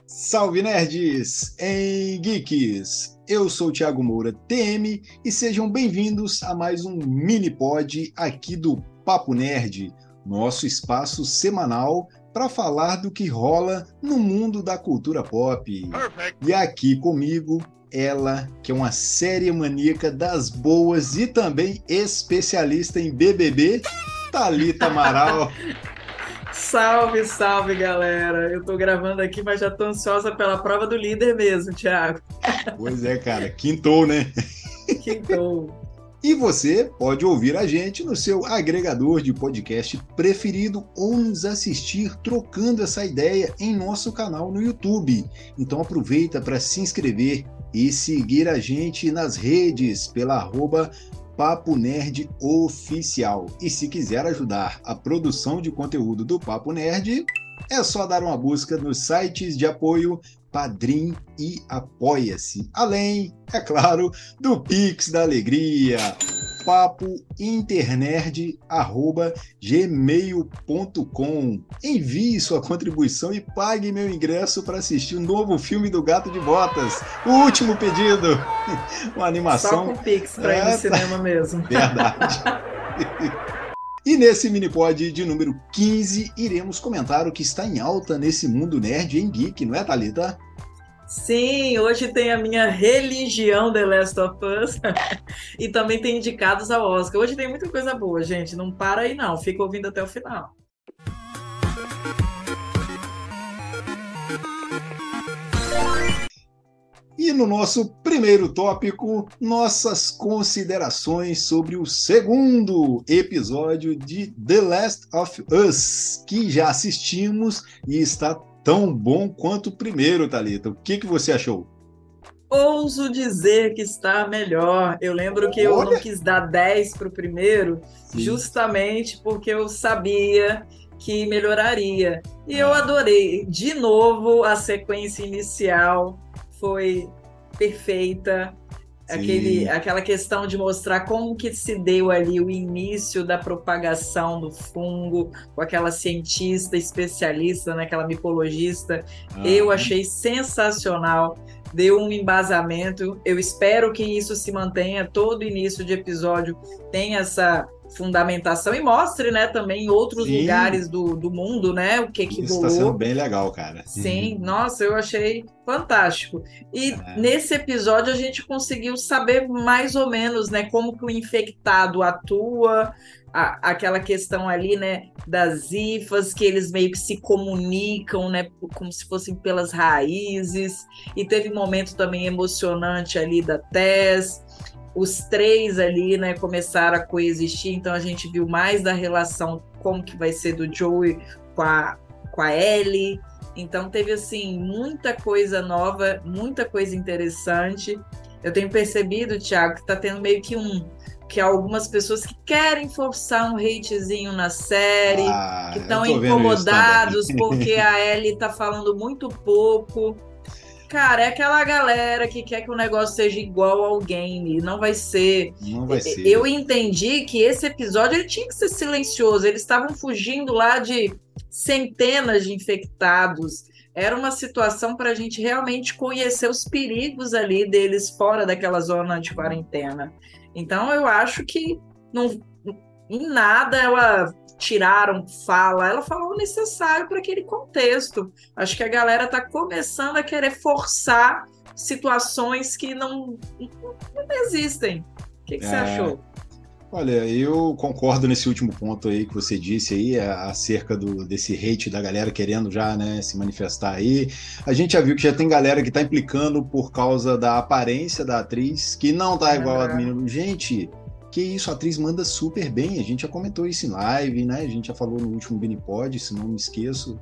Salve nerds em geeks! Eu sou o Thiago Moura, TM, e sejam bem-vindos a mais um mini-pod aqui do Papo Nerd, nosso espaço semanal para falar do que rola no mundo da cultura pop. Perfect. E aqui comigo, ela, que é uma série maníaca das boas e também especialista em BBB, Thalita Amaral. Salve, salve, galera! Eu tô gravando aqui, mas já tô ansiosa pela prova do líder mesmo, Thiago. Pois é, cara, quintou, né? Quintou. E você pode ouvir a gente no seu agregador de podcast preferido ou nos assistir trocando essa ideia em nosso canal no YouTube. Então aproveita para se inscrever e seguir a gente nas redes pela @Papo Nerd Oficial. E se quiser ajudar a produção de conteúdo do Papo Nerd, é só dar uma busca nos sites de apoio Padrim e Apoia-se. Além, é claro, do Pix da Alegria, papointernerd@gmail.com. Envie sua contribuição e pague meu ingresso para assistir o novo filme do Gato de Botas, O Último Pedido. Uma animação... Só com Pix para ir no cinema mesmo. Verdade. E nesse minipod de número 15, iremos comentar o que está em alta nesse mundo nerd em geek, não é, Thalita? Sim, hoje tem a minha religião The Last of Us e também tem indicados ao Oscar. Hoje tem muita coisa boa, gente. Não para aí não, fica ouvindo até o final. E no nosso primeiro tópico, nossas considerações sobre o segundo episódio de The Last of Us, que já assistimos e está tão bom quanto o primeiro, Thalita. O que você achou? Ouso dizer que está melhor. Eu lembro que eu não quis dar 10 para o primeiro, justamente porque eu sabia que melhoraria. E eu adorei. De novo, a sequência inicial foi perfeita. Aquela questão de mostrar como que se deu ali o início da propagação do fungo, com aquela cientista especialista, né, aquela micologista. Eu achei sensacional, deu um embasamento. Eu espero que isso se mantenha, todo início de episódio tem essa fundamentação e mostre, né, também em outros lugares do mundo, né, o que rolou. Isso está sendo bem legal, cara. Sim, nossa, eu achei fantástico. E nesse episódio a gente conseguiu saber mais ou menos, né, como que o infectado atua, aquela questão ali, né, das hifas, que eles meio que se comunicam, né, como se fossem pelas raízes, e teve um momento também emocionante ali da Tess. Os três ali, né, começaram a coexistir, então a gente viu mais da relação, como que vai ser do Joey com a Ellie. Então teve, assim, muita coisa nova, muita coisa interessante. Eu tenho percebido, Thiago, que está tendo meio que algumas pessoas que querem forçar um hatezinho na série, que estão incomodados porque a Ellie está falando muito pouco. Cara, é aquela galera que quer que o negócio seja igual ao game. Não vai ser. Não vai ser. Eu entendi que esse episódio ele tinha que ser silencioso. Eles estavam fugindo lá de centenas de infectados. Era uma situação para a gente realmente conhecer os perigos ali deles fora daquela zona de quarentena. Então, eu acho que em nada ela tiraram fala, ela falou o necessário para aquele contexto. Acho que a galera está começando a querer forçar situações que não existem. O que você achou? Olha, eu concordo nesse último ponto aí que você disse aí, acerca desse hate da galera querendo já, né, se manifestar aí. A gente já viu que já tem galera que tá implicando por causa da aparência da atriz, que não tá igual a do menino. Gente, que isso, a atriz manda super bem, a gente já comentou isso em live, né, a gente já falou no último minipod, se não me esqueço.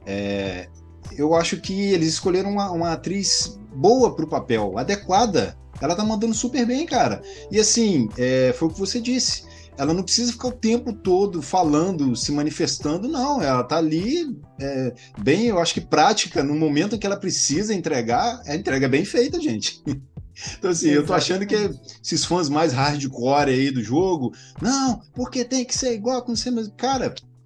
Eu acho que eles escolheram uma atriz boa pro papel, adequada. Ela tá mandando super bem, cara. E assim, foi o que você disse. Ela não precisa ficar o tempo todo falando, se manifestando, não. Ela tá ali bem, eu acho que prática, no momento em que ela precisa entregar, a entrega é bem feita, gente. Então assim, eu tô achando que esses fãs mais hardcore aí do jogo, não, porque tem que ser igual com você, mas cara,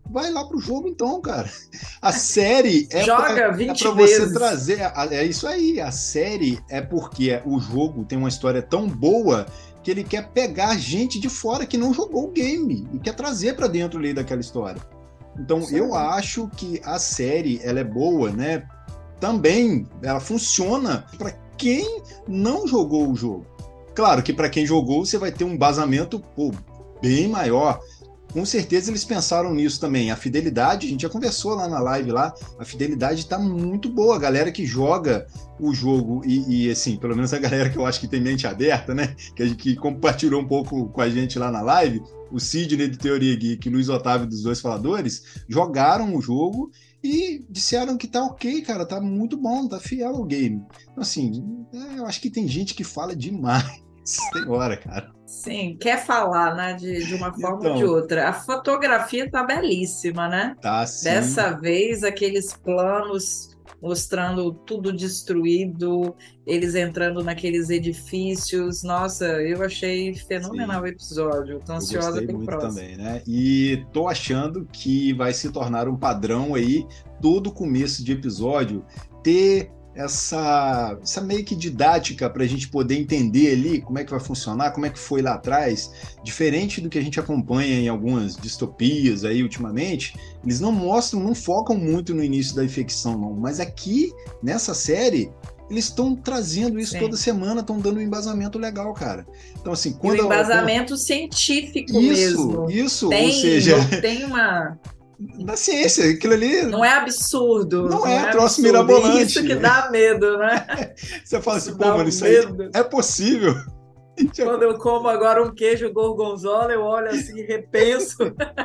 vai lá pro jogo então, cara. A série Joga é 20 para você vezes. trazer. É isso aí. A série é porque o jogo tem uma história tão boa que ele quer pegar gente de fora que não jogou o game e quer trazer para dentro ali daquela história. Então, eu acho que a série ela é boa, né? Também ela funciona para quem não jogou o jogo. Claro que para quem jogou, você vai ter um embasamento bem maior. Com certeza eles pensaram nisso também. A fidelidade, a gente já conversou lá na live lá, a fidelidade está muito boa. A galera que joga o jogo e assim, pelo menos a galera que eu acho que tem mente aberta, né? Que compartilhou um pouco com a gente lá na live, o Sidney do Teoria Geek e Luiz Otávio dos Dois Faladores, jogaram o jogo e disseram que tá ok, cara, tá muito bom, tá fiel ao game. Então, assim, eu acho que tem gente que fala demais. Tem hora, cara. Sim, quer falar, né, de uma forma ou de outra. A fotografia tá belíssima, né? Tá, sim. Dessa vez, aqueles planos mostrando tudo destruído, eles entrando naqueles edifícios. Nossa, eu achei fenomenal o episódio. Tô ansiosa pelo próximo. Também, né? E tô achando que vai se tornar um padrão aí, todo começo de episódio, ter essa meio que didática para a gente poder entender ali como é que vai funcionar, como é que foi lá atrás, diferente do que a gente acompanha em algumas distopias aí ultimamente, eles não mostram, não focam muito no início da infecção, não, mas aqui, nessa série, eles estão trazendo isso toda semana, estão dando um embasamento legal, cara. Então, assim, quando... E um embasamento científico mesmo. Isso, ou seja... Tem uma... Na ciência, aquilo ali... Não é absurdo. Não é troço mirabolante. Isso que dá medo, né? Você fala assim, pô, mano, isso aí é possível. Quando eu como agora um queijo gorgonzola, eu olho assim e repenso.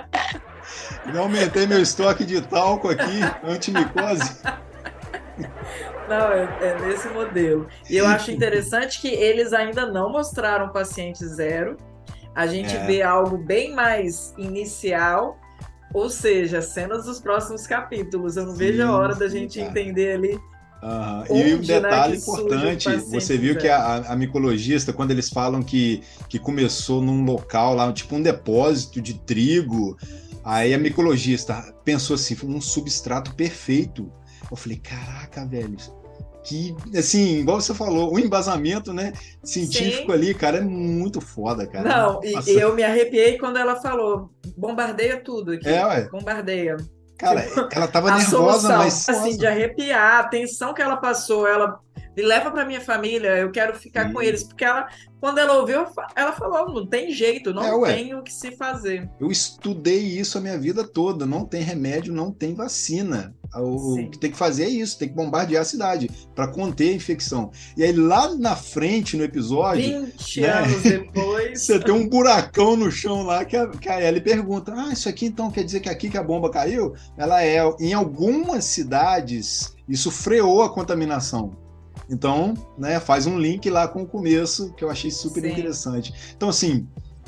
Eu aumentei meu estoque de talco aqui, antimicose. Não, é nesse modelo. E eu acho interessante que eles ainda não mostraram o paciente zero. A gente vê algo bem mais inicial, ou seja, cenas dos próximos capítulos. Eu não vejo a hora da gente entender ali. E um detalhe importante, você viu que a micologista, quando eles falam que começou num local lá, tipo um depósito de trigo, aí a micologista pensou assim, foi um substrato perfeito. Eu falei, caraca, velho, que, assim, igual você falou, o embasamento, né, científico ali, cara, é muito foda, cara. Não, e eu me arrepiei quando ela falou, bombardeia tudo aqui, bombardeia. Cara, tipo, ela tava nervosa, mas... assim, de arrepiar, a tensão que ela passou, ela me leva para minha família, eu quero ficar com eles, porque ela, quando ela ouviu, ela falou, não tem jeito, não tem o que se fazer. Eu estudei isso a minha vida toda, não tem remédio, não tem vacina. O que tem que fazer é isso, tem que bombardear a cidade para conter a infecção. E aí lá na frente, no episódio... 20 anos depois... Você tem um buracão no chão lá que a Ellie pergunta, isso aqui então quer dizer que aqui que a bomba caiu? Ela em algumas cidades, isso freou a contaminação. Então, né, faz um link lá com o começo, que eu achei super interessante. Então, assim,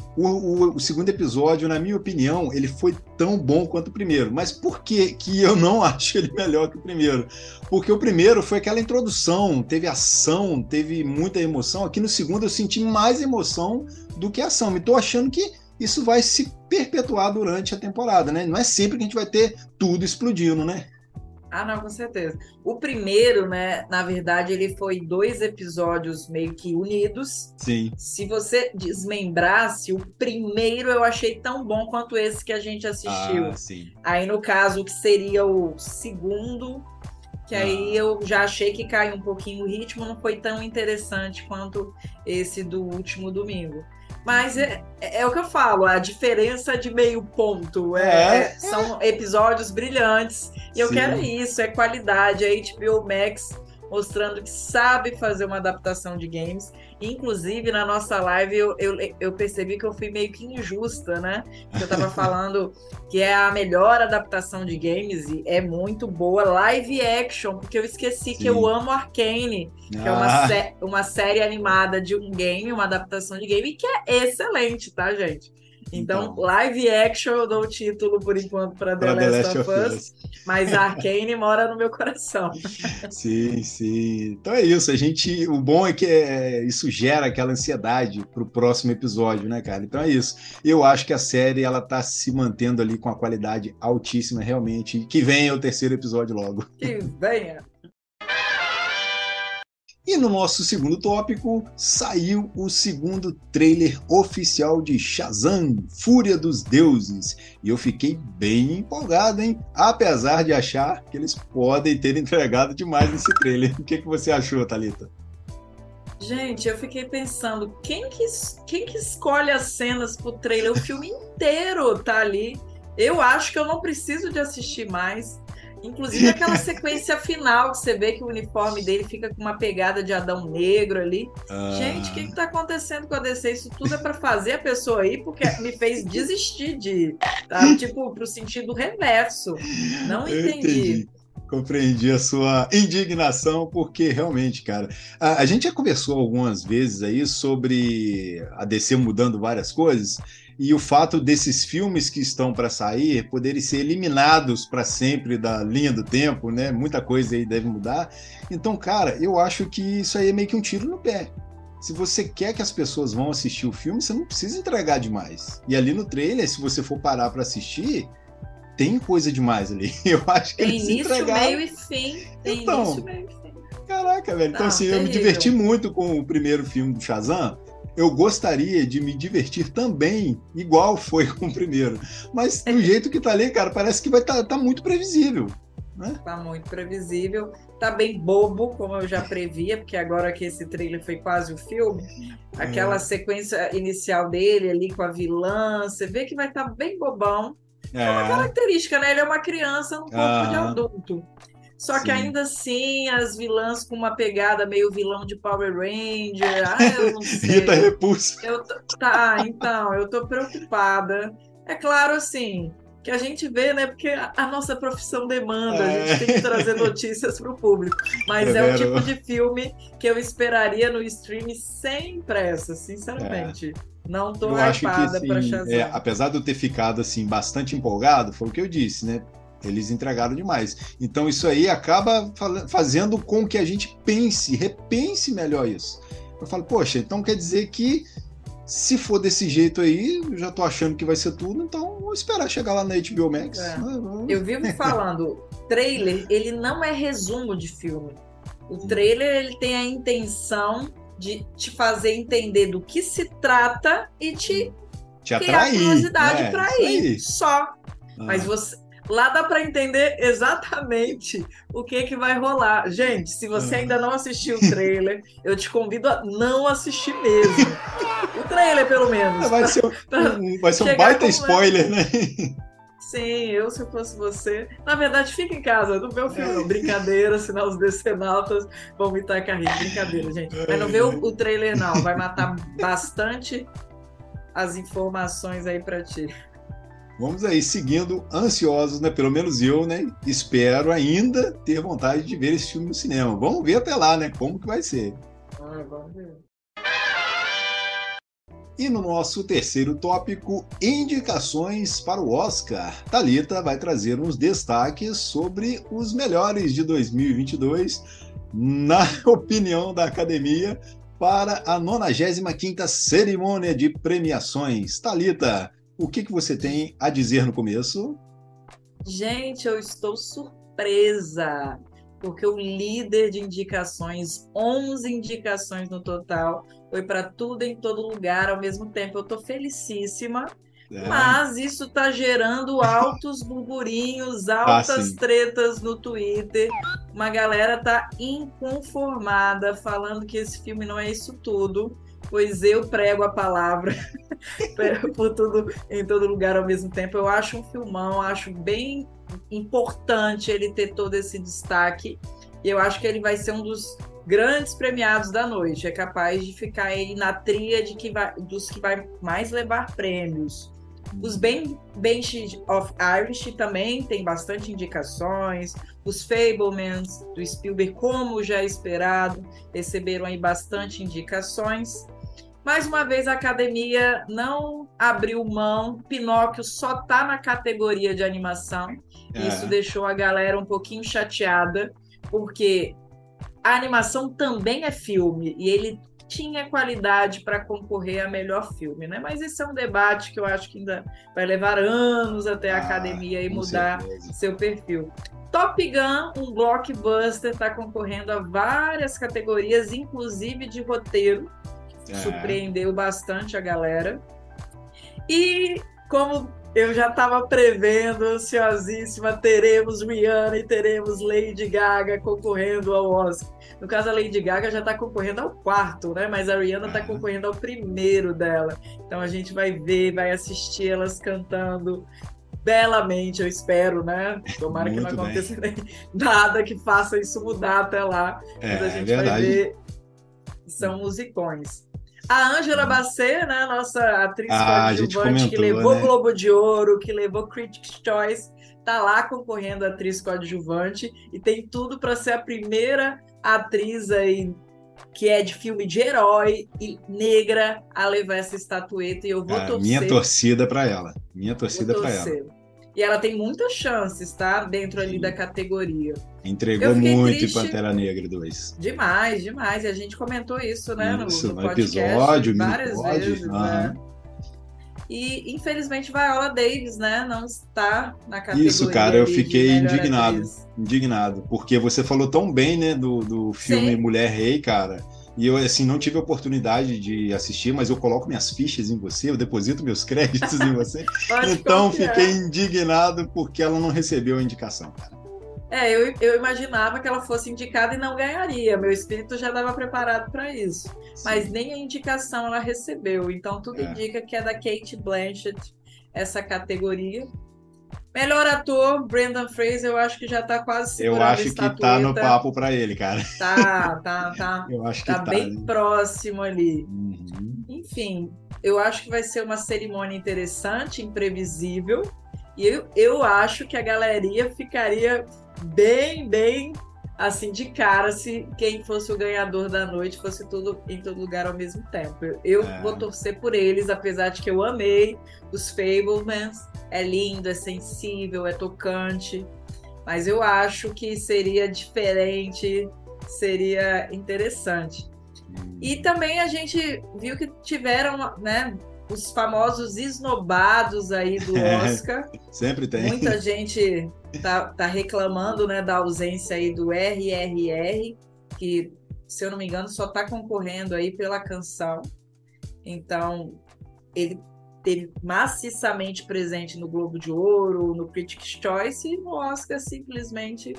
o segundo episódio, na minha opinião, ele foi tão bom quanto o primeiro. Mas por que eu não acho ele melhor que o primeiro? Porque o primeiro foi aquela introdução, teve ação, teve muita emoção. Aqui no segundo eu senti mais emoção do que ação. Me tô achando que isso vai se perpetuar durante a temporada, né? Não é sempre que a gente vai ter tudo explodindo, né? Não, com certeza. O primeiro, né, na verdade, ele foi 2 episódios meio que unidos. Sim. Se você desmembrasse, o primeiro eu achei tão bom quanto esse que a gente assistiu. Sim. Aí, no caso, o que seria o segundo, que aí eu já achei que caiu um pouquinho o ritmo, não foi tão interessante quanto esse do último domingo. Mas é o que eu falo, a diferença de meio ponto. São episódios brilhantes. E eu quero isso, é qualidade. A HBO Max mostrando que sabe fazer uma adaptação de games. Inclusive, na nossa live, eu percebi que eu fui meio que injusta, né? Eu estava falando que é a melhor adaptação de games e é muito boa. Live action, porque eu esqueci que eu amo Arcane, que é uma série animada de um game, uma adaptação de game, que é excelente, tá, gente? Então, live action eu dou o título, por enquanto, para The Last of Us, mas Arcane mora no meu coração. Sim, sim. Então é isso, o bom é que isso gera aquela ansiedade para o próximo episódio, né, cara? Então é isso. Eu acho que a série, ela tá se mantendo ali com a qualidade altíssima, realmente. Que venha o terceiro episódio logo. Que venha! E no nosso segundo tópico, saiu o segundo trailer oficial de Shazam, Fúria dos Deuses. E eu fiquei bem empolgado, hein? Apesar de achar que eles podem ter entregado demais nesse trailer. O que você achou, Thalita? Gente, eu fiquei pensando, quem que escolhe as cenas pro trailer? O filme inteiro tá ali. Eu acho que eu não preciso de assistir mais. Inclusive aquela sequência final que você vê que o uniforme dele fica com uma pegada de Adão Negro ali. Gente, o que está acontecendo com a DC? Isso tudo é para fazer a pessoa ir, porque me fez desistir de ir, tá? Tipo, pro sentido reverso. Não entendi. Compreendi a sua indignação, porque realmente, cara, a gente já conversou algumas vezes aí sobre a DC mudando várias coisas, e o fato desses filmes que estão para sair poderem ser eliminados para sempre da linha do tempo, né? Muita coisa aí deve mudar. Então, cara, eu acho que isso aí é meio que um tiro no pé. Se você quer que as pessoas vão assistir o filme, você não precisa entregar demais. E ali no trailer, se você for parar para assistir, tem coisa demais ali. Eu acho que tem eles início, entregaram... meio e fim. Tem início, meio e fim. Caraca, velho. Então, assim, eu me diverti muito com o primeiro filme do Shazam. Eu gostaria de me divertir também, igual foi com o primeiro. Mas do jeito que tá ali, cara, parece que vai tá muito previsível. Né? Tá muito previsível. Tá bem bobo, como eu já previa, porque agora que esse trailer foi quase o filme, aquela sequência inicial dele ali com a vilã, você vê que vai estar bem bobão. É uma característica, né? Ele é uma criança no corpo de adulto. Só que ainda assim, as vilãs com uma pegada meio vilão de Power Ranger. Eu não sei. Rita Repulsa. Então, eu tô preocupada. É claro, assim, que a gente vê, né? Porque a nossa profissão demanda, a gente tem que trazer notícias para o público. Mas é o tipo de filme que eu esperaria no stream sem pressa, sinceramente. Não tô hypada para Shazam. Apesar de eu ter ficado assim, bastante empolgado, foi o que eu disse, né? Eles entregaram demais. Então isso aí acaba fazendo com que a gente repense melhor isso. Eu falo, poxa, então quer dizer que se for desse jeito aí, eu já tô achando que vai ser tudo, então vou esperar chegar lá na HBO Max. Eu vivo falando, trailer, ele não é resumo de filme. O trailer, ele tem a intenção de te fazer entender do que se trata e te criar curiosidade para ir. Só. Mas lá dá para entender exatamente o que vai rolar. Gente, se você ainda não assistiu o trailer, eu te convido a não assistir mesmo. O trailer, pelo menos. Vai ser um baita spoiler, né? Sim, se eu fosse você... Na verdade, fica em casa, não vê o filme. Brincadeira, senão os decenautas vão me tacar rir. Brincadeira, gente. Mas não vê o trailer, não. Vai matar bastante as informações aí para ti. Vamos aí, seguindo, ansiosos, né? Pelo menos eu, né? Espero ainda ter vontade de ver esse filme no cinema. Vamos ver até lá, né? Como que vai ser. Vamos ver. E no nosso terceiro tópico, indicações para o Oscar. Thalita vai trazer uns destaques sobre os melhores de 2022, na opinião da Academia, para a 95ª cerimônia de premiações. Thalita, o que você tem a dizer no começo? Gente, eu estou surpresa, porque o líder de indicações, 11 indicações no total, foi para tudo em todo lugar ao mesmo tempo. Eu estou felicíssima, mas isso está gerando altos burburinhos, altas tretas no Twitter. Uma galera está inconformada, falando que esse filme não é isso tudo, pois eu prego a palavra por tudo em todo lugar ao mesmo tempo. Eu acho um filmão, acho bem importante ele ter todo esse destaque, e eu acho que ele vai ser um dos grandes premiados da noite, é capaz de ficar aí na tríade dos que vai mais levar prêmios. Os Banshees of Irish também tem bastante indicações, os Fabelmans do Spielberg, como já esperado, receberam aí bastante indicações. Mais uma vez, a academia não abriu mão. Pinóquio só está na categoria de animação. Isso deixou a galera um pouquinho chateada, porque a animação também é filme e ele tinha qualidade para concorrer a melhor filme, né? Mas esse é um debate que eu acho que ainda vai levar anos até a academia e mudar seu perfil. Top Gun, um blockbuster, está concorrendo a várias categorias, inclusive de roteiro. Surpreendeu bastante a galera. E como eu já estava prevendo, ansiosíssima, teremos Rihanna e teremos Lady Gaga concorrendo ao Oscar. No caso, a Lady Gaga já está concorrendo ao 4º, né? Mas a Rihanna está concorrendo ao 1º dela. Então a gente vai ver, vai assistir elas cantando belamente, eu espero, né? Tomara que não aconteça nada que faça isso mudar até lá. Mas a gente vai ver. São musicões. A Angela Bassett, né, nossa atriz coadjuvante, que levou Globo de Ouro, que levou Critics' Choice, tá lá concorrendo a atriz coadjuvante e tem tudo para ser a primeira atriz aí que é de filme de herói e negra a levar essa estatueta, e eu vou torcer. Minha torcida para ela. Minha torcida para ela. E ela tem muitas chances, tá? Dentro ali da categoria. Entregou muito em Pantera Negra 2. Demais, demais. E a gente comentou isso, né? No podcast, episódio, várias vezes, né? E, infelizmente, Viola Davis, né? Não está na categoria. Isso, cara, eu fiquei indignado. Porque você falou tão bem, né? Do filme Mulher Rei, cara. E eu, assim, não tive a oportunidade de assistir, mas eu coloco minhas fichas em você, eu deposito meus créditos em você. Então, fiquei indignado porque ela não recebeu a indicação, cara. Eu imaginava que ela fosse indicada e não ganharia. Meu espírito já estava preparado para isso. Sim. Mas nem a indicação ela recebeu. Então, tudo indica que é da Cate Blanchett essa categoria. Melhor ator, Brendan Fraser, eu acho que já tá quase segurando a estatueta. Eu acho que tá no papo para ele, cara. Tá. Eu acho que tá bem né? próximo ali. Uhum. Enfim, eu acho que vai ser uma cerimônia interessante, imprevisível. E eu acho que a galeria ficaria bem, assim, de cara se quem fosse o ganhador da noite fosse tudo em todo lugar ao mesmo tempo. Eu vou torcer por eles, apesar de que eu amei os Fabelmans. É lindo, é sensível, é tocante, mas eu acho que seria diferente, seria interessante. E também a gente viu que tiveram, né, os famosos esnobados aí do Oscar. Sempre tem. Muita gente tá reclamando, né, da ausência aí do RRR, que, se eu não me engano, só está concorrendo aí pela canção. Então, ele teve maciçamente presente no Globo de Ouro, no Critics' Choice, e no Oscar simplesmente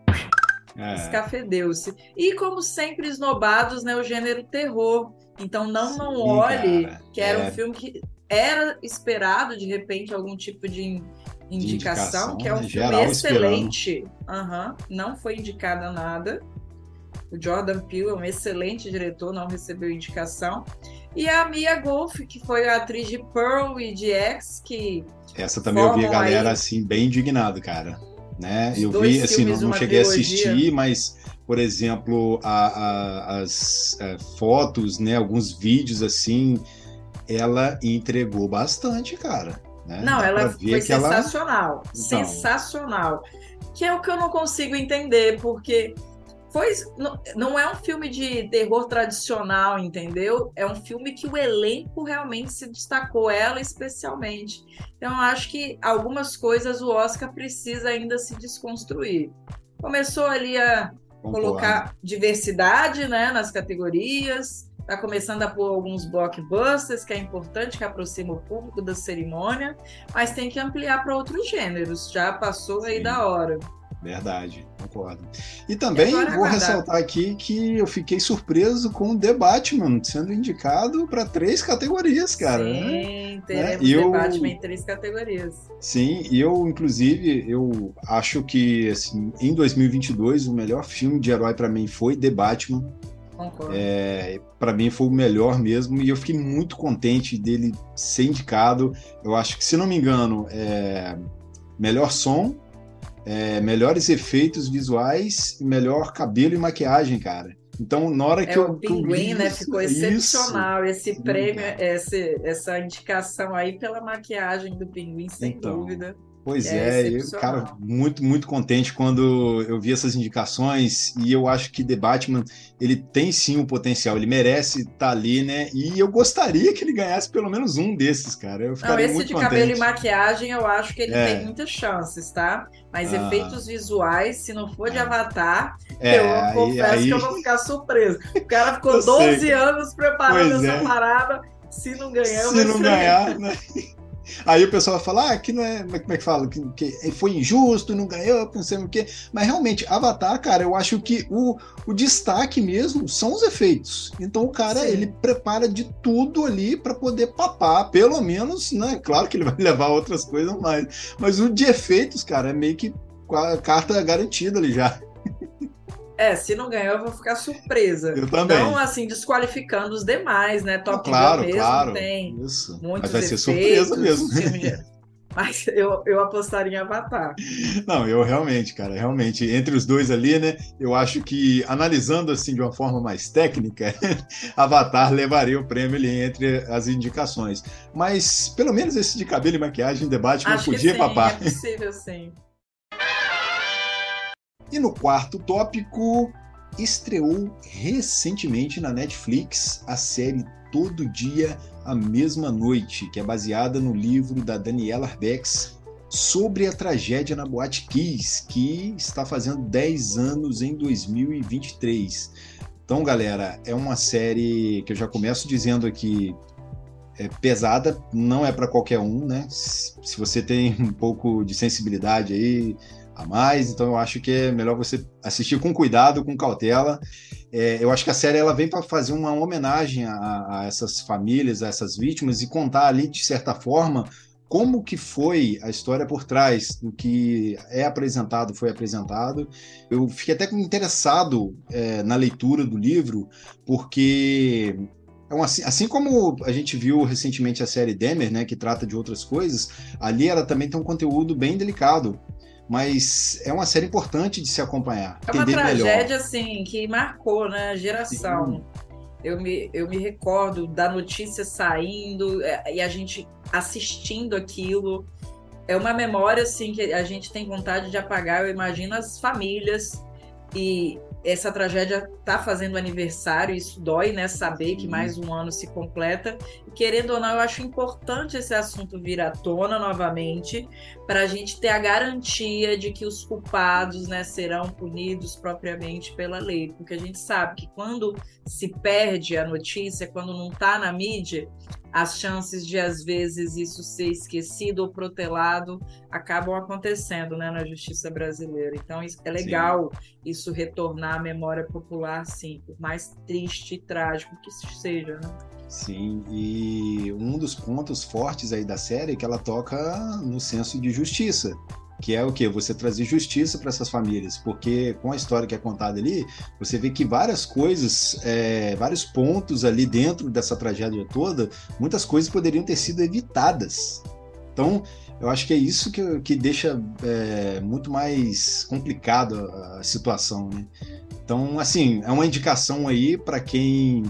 escafedeu-se. E, como sempre, esnobados, né, o gênero terror. Então, não olhe, cara, que era um filme que era esperado, de repente, algum tipo de indicação, que é um filme excelente. Não foi indicado a nada. O Jordan Peele é um excelente diretor, não recebeu indicação. E a Mia Goth, que foi a atriz de Pearl e de X, que... Essa também eu vi a galera, assim, bem indignado, cara. Né? Eu vi, assim, não cheguei a assistir, mas, por exemplo, as fotos, né, alguns vídeos, assim, ela entregou bastante, cara. Né? Não, ela foi sensacional. Sensacional. Que é o que eu não consigo entender, porque... não é um filme de terror tradicional, entendeu? É um filme que o elenco realmente se destacou, ela especialmente. Então, eu acho que algumas coisas o Oscar precisa ainda se desconstruir. Começou ali a colocar diversidade, né, nas categorias, está começando a pôr alguns blockbusters, que é importante, que aproxima o público da cerimônia, mas tem que ampliar para outros gêneros, já passou aí da hora. Verdade, concordo. E também vou ressaltar aqui que eu fiquei surpreso com o The Batman sendo indicado para 3 categorias, cara. Sim, teremos The Batman em 3 categorias. Sim, e inclusive, eu acho que, assim, em 2022, o melhor filme de herói para mim foi The Batman. Concordo. Para mim foi o melhor mesmo, e eu fiquei muito contente dele ser indicado. Eu acho que, se não me engano, melhor som, melhores efeitos visuais e melhor cabelo e maquiagem, cara. Então, na hora o Pinguim, né? Ficou excepcional. Esse sim, prêmio, essa indicação aí pela maquiagem do Pinguim, sem dúvida. Pois eu, cara, muito, muito contente quando eu vi essas indicações, e eu acho que The Batman, ele tem sim um potencial, ele merece estar ali, né? E eu gostaria que ele ganhasse pelo menos um desses, cara. Eu ficaria muito contente. Cabelo e maquiagem, eu acho que ele tem muitas chances, tá? Mas efeitos visuais, se não for de Avatar, eu confesso que eu vou ficar surpreso. O cara ficou 12 anos preparando essa parada, se não ganhar, se não ganhar, né? Aí o pessoal vai falar que não é. Como é que fala? Que foi injusto, não ganhou, não sei o quê. Mas realmente, Avatar, cara, eu acho que o destaque mesmo são os efeitos. Então o cara, ele prepara de tudo ali para poder papar, pelo menos, né? Claro que ele vai levar outras coisas mais. Mas o de efeitos, cara, é meio que a carta garantida ali já. Se não ganhou, eu vou ficar surpresa. Eu também. Não, assim, desqualificando os demais, né? Top Gun mesmo tem muitos Mas vai ser efeitos, surpresa mesmo. Mas eu apostaria em Avatar. Não, eu realmente, cara, entre os dois ali, né, eu acho que, analisando assim de uma forma mais técnica, Avatar levaria o prêmio ali entre as indicações. Mas, pelo menos esse de cabelo e maquiagem, debate não podia papar. É possível, sim. E no quarto tópico, estreou recentemente na Netflix a série Todo Dia, a Mesma Noite, que é baseada no livro da Daniela Arbex sobre a tragédia na Boate Kiss, que está fazendo 10 anos em 2023. Então, galera, é uma série que eu já começo dizendo aqui, é pesada, não é para qualquer um, né? Se você tem um pouco de sensibilidade aí a mais, então eu acho que é melhor você assistir com cuidado, com cautela. Eu acho que a série ela vem para fazer uma homenagem a essas famílias, a essas vítimas, e contar ali, de certa forma, como que foi a história por trás do que foi apresentado. Eu fiquei até interessado na leitura do livro, porque assim como a gente viu recentemente a série Dahmer, né, que trata de outras coisas, ali ela também tem um conteúdo bem delicado. Mas é uma série importante de se acompanhar. É uma tragédia, assim, que marcou, né, a geração. Eu me recordo da notícia saindo e a gente assistindo aquilo. É uma memória, assim, que a gente tem vontade de apagar. Eu imagino as famílias, e essa tragédia está fazendo aniversário, isso dói, né, saber que mais um ano se completa. E, querendo ou não, eu acho importante esse assunto vir à tona novamente, para a gente ter a garantia de que os culpados, né, serão punidos propriamente pela lei, porque a gente sabe que quando se perde a notícia, quando não está na mídia, as chances de, às vezes, isso ser esquecido ou protelado acabam acontecendo, né, na justiça brasileira. Então, é legal isso retornar à memória popular, sim, por mais triste e trágico que seja, né? Sim, e um dos pontos fortes aí da série é que ela toca no senso de justiça, que é o quê? Você trazer justiça para essas famílias, porque com a história que é contada ali, você vê que várias coisas, vários pontos ali dentro dessa tragédia toda, muitas coisas poderiam ter sido evitadas. Então, eu acho que é isso que deixa muito mais complicado a situação, né? Então, assim, é uma indicação aí para quem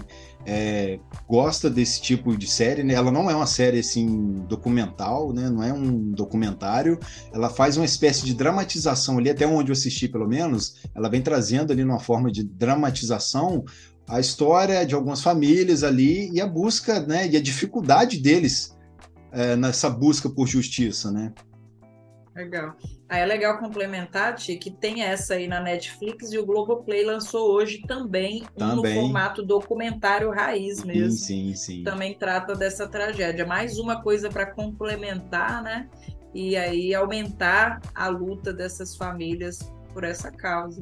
gosta desse tipo de série, né? Ela não é uma série assim documental, né? Não é um documentário, ela faz uma espécie de dramatização ali, até onde eu assisti pelo menos, ela vem trazendo ali numa forma de dramatização a história de algumas famílias ali e a busca, né? E a dificuldade deles nessa busca por justiça, né? Legal. Aí é legal complementar, Ti, que tem essa aí na Netflix, e o Globoplay lançou hoje também no formato documentário raiz mesmo. Sim. Também trata dessa tragédia. Mais uma coisa para complementar, né? E aí aumentar a luta dessas famílias por essa causa.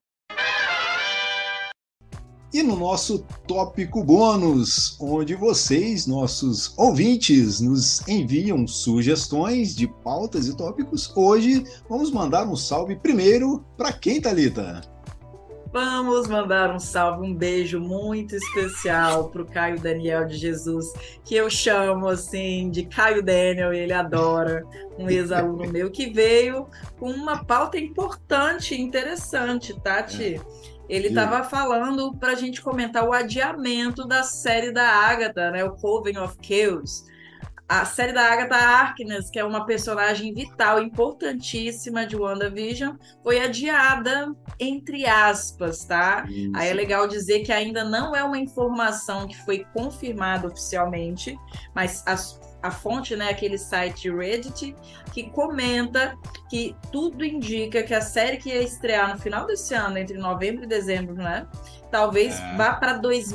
E no nosso tópico bônus, onde vocês, nossos ouvintes, nos enviam sugestões de pautas e tópicos, hoje vamos mandar um salve primeiro para quem, Thalita? Vamos mandar um salve, um beijo muito especial para o Caio Daniel de Jesus, que eu chamo assim de Caio Daniel, ele adora, um ex-aluno meu que veio com uma pauta importante e interessante, Tati. Ele estava falando para a gente comentar o adiamento da série da Agatha, né, o Coven of Chaos. A série da Agatha Harkness, que é uma personagem vital, importantíssima de WandaVision, foi adiada, entre aspas, tá? Isso. Aí é legal dizer que ainda não é uma informação que foi confirmada oficialmente, mas a fonte, né, aquele site Reddit, que comenta que tudo indica que a série que ia estrear no final desse ano, entre novembro e dezembro, né, talvez vá para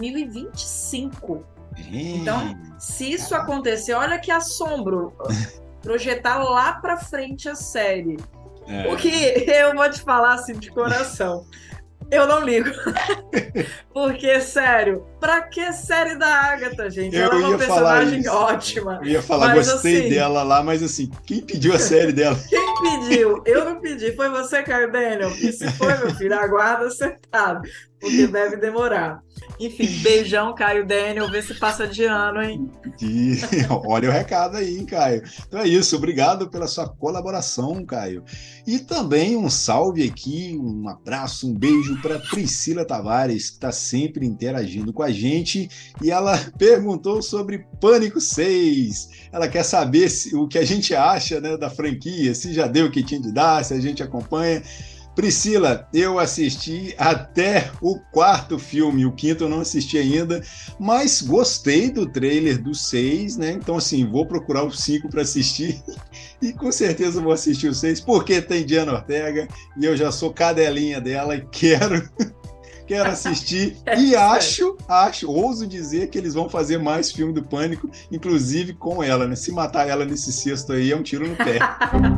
2025. Então, se isso acontecer, olha que assombro, projetar lá para frente a série. O que eu vou te falar assim de coração, eu não ligo. Porque, sério, pra que série da Agatha, gente? Ela é uma personagem ótima. Eu ia falar, mas, gostei assim, dela lá, mas assim, quem pediu a série dela? Quem pediu? Eu não pedi. Foi você, Caio Daniel? E se foi, meu filho, aguarda sentado, porque deve demorar. Enfim, beijão, Caio Daniel, vê se passa de ano, hein? Olha o recado aí, hein, Caio. Então é isso, obrigado pela sua colaboração, Caio. E também um salve aqui, um abraço, um beijo para Priscila Tavares, que está sempre interagindo com a gente, e ela perguntou sobre Pânico 6. Ela quer saber o que a gente acha, né, da franquia, se já deu o que tinha de dar, se a gente acompanha. Priscila, eu assisti até o 4º filme, o 5º eu não assisti ainda, mas gostei do trailer do 6, né? Então, assim, vou procurar o 5 para assistir e com certeza vou assistir o 6, porque tem Diana Ortega e eu já sou cadelinha dela e quero assistir. E ouso dizer que eles vão fazer mais filme do Pânico, inclusive com ela, né? Se matar ela nesse 6º aí é um tiro no pé.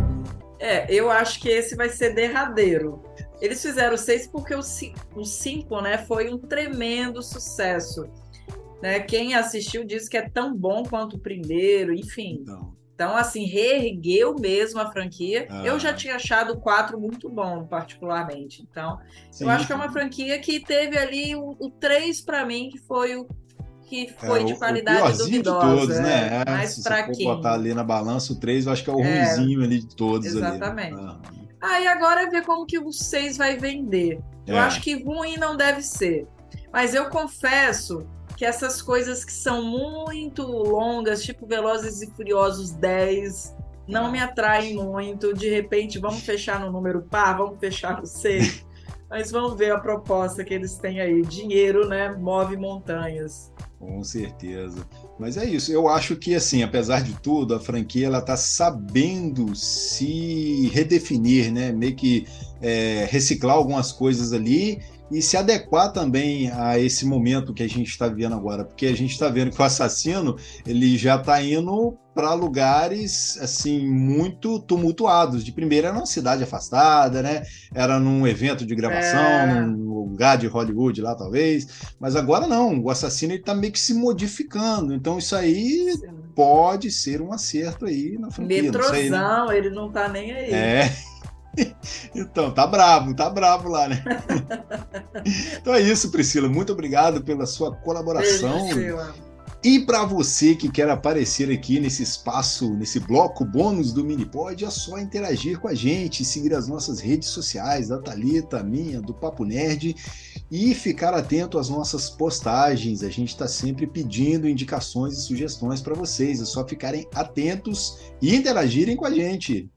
Eu acho que esse vai ser derradeiro. Eles fizeram o 6 porque o 5, né, foi um tremendo sucesso. Né? Quem assistiu disse que é tão bom quanto o primeiro, enfim. Então assim, reergueu mesmo a franquia. Eu já tinha achado o 4 muito bom, particularmente. Então, sim, eu acho que é uma franquia que teve ali o 3, para mim, que foi o que foi de qualidade duvidosa. De todos, né? Mais fraquinho. Se for botar ali na balança, o 3 eu acho que é o ruinzinho ali de todos. Exatamente. Ali. Aí agora é ver como que o 6 vai vender. Eu acho que ruim não deve ser. Mas eu confesso que essas coisas que são muito longas, tipo Velozes e Furiosos 10, não me atraem muito. De repente, vamos fechar no número par, vamos fechar no 6. Mas vamos ver a proposta que eles têm aí. Dinheiro, né, move montanhas. Com certeza. Mas é isso. Eu acho que, assim, apesar de tudo, a franquia ela está sabendo se redefinir, né? Meio que reciclar algumas coisas ali e se adequar também a esse momento que a gente está vivendo agora, porque a gente está vendo que o assassino ele já está indo para lugares assim muito tumultuados. De primeira era numa cidade afastada, né? Era num evento de gravação, num lugar de Hollywood lá talvez, mas agora não. O assassino ele está meio que se modificando. Então isso aí pode ser um acerto aí na franquia. Metrozão, não sei, né? Ele não está nem aí. Então, tá bravo lá, né? Então é isso, Priscila. Muito obrigado pela sua colaboração. E para você que quer aparecer aqui nesse espaço, nesse bloco bônus do Minipod, é só interagir com a gente, seguir as nossas redes sociais, da Thalita, a minha, do Papo Nerd, e ficar atento às nossas postagens. A gente está sempre pedindo indicações e sugestões para vocês. É só ficarem atentos e interagirem com a gente.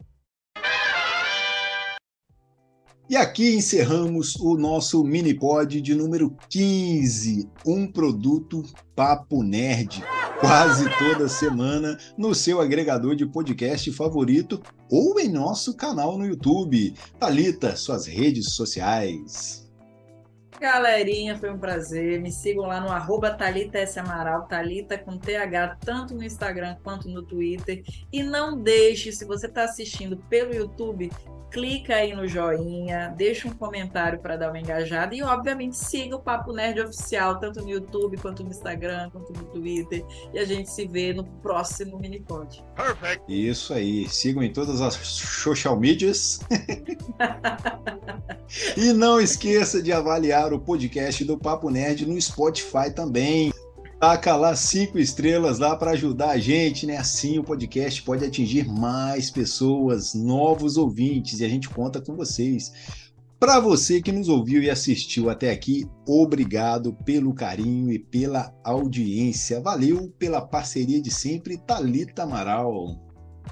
E aqui encerramos o nosso Minipod de número 15, um produto Papo Nerd, quase toda semana no seu agregador de podcast favorito ou em nosso canal no YouTube. Thalita, suas redes sociais. Galerinha, foi um prazer. Me sigam lá no @ThalitaSAmaral, Thalita com TH, tanto no Instagram quanto no Twitter. E não deixe, se você está assistindo pelo YouTube, clica aí no joinha, deixa um comentário para dar uma engajada e, obviamente, siga o Papo Nerd Oficial, tanto no YouTube, quanto no Instagram, quanto no Twitter. E a gente se vê no próximo Minipod. Perfect. Isso aí. Sigam em todas as social medias. E não esqueça de avaliar o podcast do Papo Nerd no Spotify também. Taca lá 5 estrelas lá para ajudar a gente, né? Assim o podcast pode atingir mais pessoas, novos ouvintes, e a gente conta com vocês. Para você que nos ouviu e assistiu até aqui, obrigado pelo carinho e pela audiência. Valeu pela parceria de sempre, Thalita Amaral.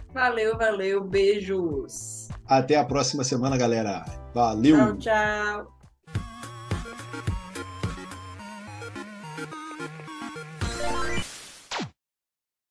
Valeu, beijos. Até a próxima semana, galera. Valeu. Tchau, tchau.